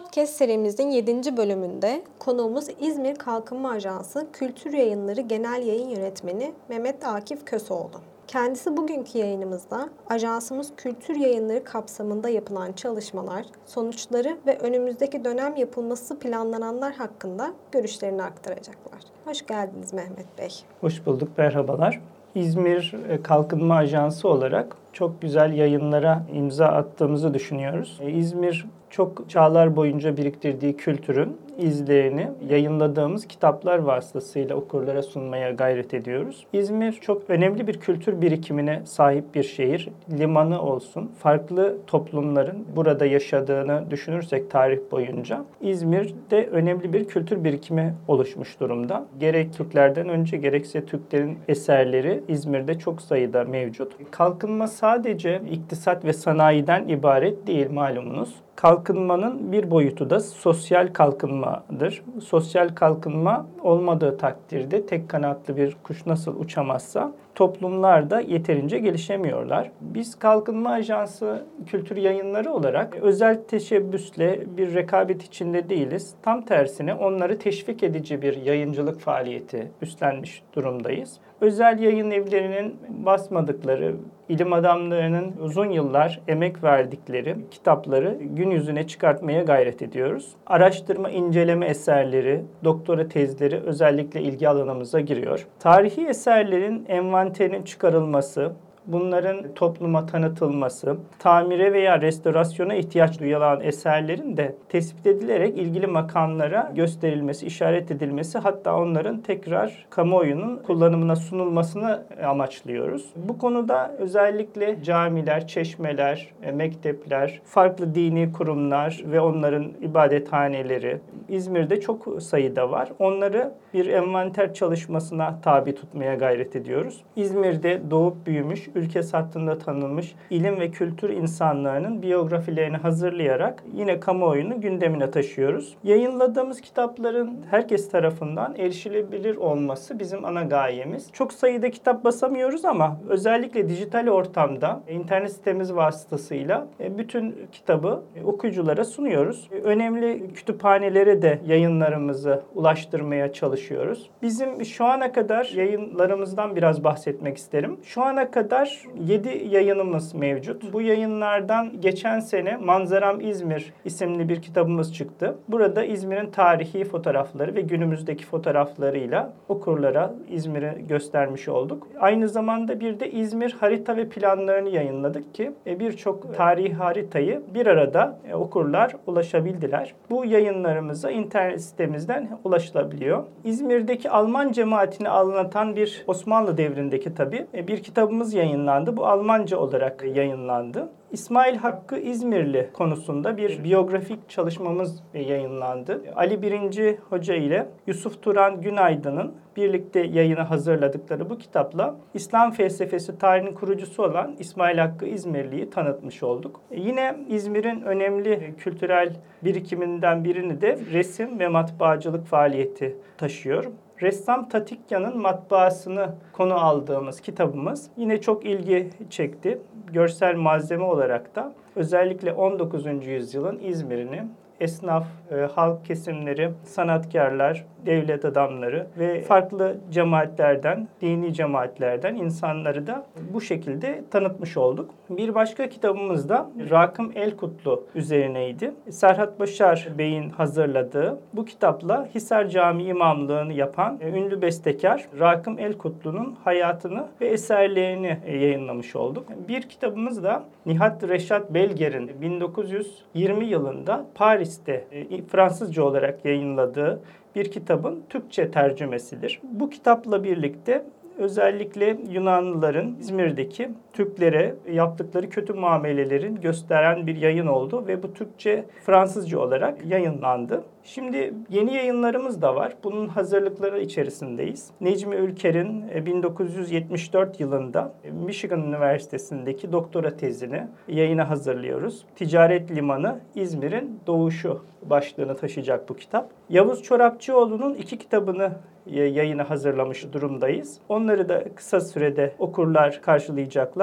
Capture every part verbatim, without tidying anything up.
Podcast serimizin yedinci bölümünde konuğumuz İzmir Kalkınma Ajansı Kültür Yayınları Genel Yayın Yönetmeni Mehmet Akif Köseoğlu. Kendisi bugünkü yayınımızda ajansımız kültür yayınları kapsamında yapılan çalışmalar, sonuçları ve önümüzdeki dönem yapılması planlananlar hakkında görüşlerini aktaracaklar. Hoş geldiniz Mehmet Bey. Hoş bulduk, merhabalar. İzmir Kalkınma Ajansı olarak çok güzel yayınlara imza attığımızı düşünüyoruz. İzmir çok çağlar boyunca biriktirdiği kültürün izlerini yayınladığımız kitaplar vasıtasıyla okurlara sunmaya gayret ediyoruz. İzmir çok önemli bir kültür birikimine sahip bir şehir. Limanı olsun, farklı toplumların burada yaşadığını düşünürsek tarih boyunca İzmir'de önemli bir kültür birikimi oluşmuş durumda. Gerek Türklerden önce gerekse Türklerin eserleri İzmir'de çok sayıda mevcut. Kalkınma sadece iktisat ve sanayiden ibaret değil malumunuz. Kalkınmanın bir boyutu da sosyal kalkınmadır. Sosyal kalkınma olmadığı takdirde tek kanatlı bir kuş nasıl uçamazsa toplumlar da yeterince gelişemiyorlar. Biz Kalkınma Ajansı Kültür Yayınları olarak özel teşebbüsle bir rekabet içinde değiliz. Tam tersine onları teşvik edici bir yayıncılık faaliyeti üstlenmiş durumdayız. Özel yayın evlerinin basmadıkları, ilim adamlarının uzun yıllar emek verdikleri kitapları gün yüzüne çıkartmaya gayret ediyoruz. Araştırma, inceleme eserleri, doktora tezleri özellikle ilgi alanımıza giriyor. Tarihi eserlerin envanterinin çıkarılması, bunların topluma tanıtılması, tamire veya restorasyona ihtiyaç duyulan eserlerin de tespit edilerek ilgili makamlara gösterilmesi, işaret edilmesi, hatta onların tekrar kamuoyunun kullanımına sunulmasını amaçlıyoruz. Bu konuda özellikle camiler, çeşmeler, mektepler, farklı dini kurumlar ve onların ibadethaneleri İzmir'de çok sayıda var. Onları bir envanter çalışmasına tabi tutmaya gayret ediyoruz. İzmir'de doğup büyümüş, ülkesi hakkında tanınmış ilim ve kültür insanlarının biyografilerini hazırlayarak yine kamuoyunu gündemine taşıyoruz. Yayınladığımız kitapların herkes tarafından erişilebilir olması bizim ana gayemiz. Çok sayıda kitap basamıyoruz ama özellikle dijital ortamda internet sitemiz vasıtasıyla bütün kitabı okuyuculara sunuyoruz. Önemli kütüphanelere de yayınlarımızı ulaştırmaya çalışıyoruz. Bizim şu ana kadar yayınlarımızdan biraz bahsetmek isterim. Şu ana kadar yedi yayınımız mevcut. Bu yayınlardan geçen sene Manzaram İzmir isimli bir kitabımız çıktı. Burada İzmir'in tarihi fotoğrafları ve günümüzdeki fotoğraflarıyla okurlara İzmir'i göstermiş olduk. Aynı zamanda bir de İzmir harita ve planlarını yayınladık ki birçok tarihi haritayı bir arada okurlar ulaşabildiler. Bu yayınlarımıza internet sitemizden ulaşılabiliyor. İzmir'deki Alman cemaatini anlatan bir Osmanlı devrindeki tabii bir kitabımız yayınlandı. Bu Almanca olarak yayınlandı. İsmail Hakkı İzmirli konusunda bir biyografik çalışmamız yayınlandı. Ali Birinci Hoca ile Yusuf Turan Günaydın'ın birlikte yayını hazırladıkları bu kitapla İslam felsefesi tarihinin kurucusu olan İsmail Hakkı İzmirli'yi tanıtmış olduk. Yine İzmir'in önemli kültürel birikiminden birini de resim ve matbaacılık faaliyeti taşıyor. Ressam Tatikya'nın matbaasını konu aldığımız kitabımız yine çok ilgi çekti. Görsel malzeme olarak da özellikle on dokuzuncu yüzyılın İzmir'ini esnaf, e, halk kesimleri, sanatkarlar, devlet adamları ve farklı cemaatlerden, dini cemaatlerden insanları da bu şekilde tanıtmış olduk. Bir başka kitabımız da Rakım Elkutlu üzerineydi. Serhat Başar Bey'in hazırladığı bu kitapla Hisar Camii imamlığını yapan ünlü bestekar Rakım Elkutlu'nun hayatını ve eserlerini yayınlamış olduk. Bir kitabımız da Nihat Reşat Belger'in bin dokuz yüz yirmi yılında Paris'te Fransızca olarak yayınladığı bir kitabın Türkçe tercümesidir. Bu kitapla birlikte özellikle Yunanlıların İzmir'deki Türklere yaptıkları kötü muamelelerin gösteren bir yayın oldu ve bu Türkçe Fransızca olarak yayınlandı. Şimdi yeni yayınlarımız da var. Bunun hazırlıkları içerisindeyiz. Necmi Ülker'in bin dokuz yüz yetmiş dört yılında Michigan Üniversitesi'ndeki doktora tezini yayına hazırlıyoruz. Ticaret Limanı İzmir'in Doğuşu başlığını taşıyacak bu kitap. Yavuz Çorapçıoğlu'nun iki kitabını yayına hazırlamış durumdayız. Onları da kısa sürede okurlar karşılayacaklar.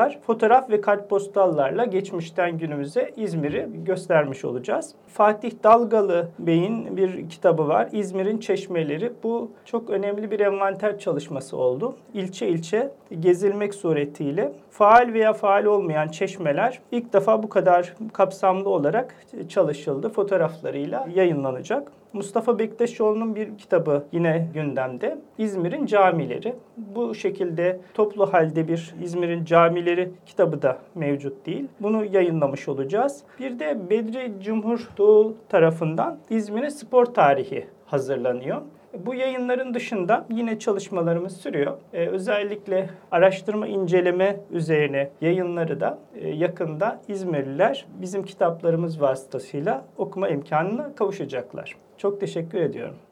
beraber fotoğraf ve kartpostallarla geçmişten günümüze İzmir'i göstermiş olacağız. Fatih Dalgalı Bey'in bir kitabı var. İzmir'in Çeşmeleri. Bu çok önemli bir envanter çalışması oldu. İlçe ilçe gezilmek suretiyle faal veya faal olmayan çeşmeler ilk defa bu kadar kapsamlı olarak çalışıldı. Fotoğraflarıyla yayınlanacak. Mustafa Bektaşoğlu'nun bir kitabı yine gündemde. İzmir'in Camileri. Bu şekilde toplu halde bir İzmir'in Camileri kitabı da mevcut değil. Bunu yayınlamış olacağız. Bir de Bedri Cumhur Doğu tarafından İzmir'in spor tarihi hazırlanıyor. Bu yayınların dışında yine çalışmalarımız sürüyor. Ee, özellikle araştırma inceleme üzerine yayınları da e, yakında İzmirliler bizim kitaplarımız vasıtasıyla okuma imkanına kavuşacaklar. Çok teşekkür ediyorum.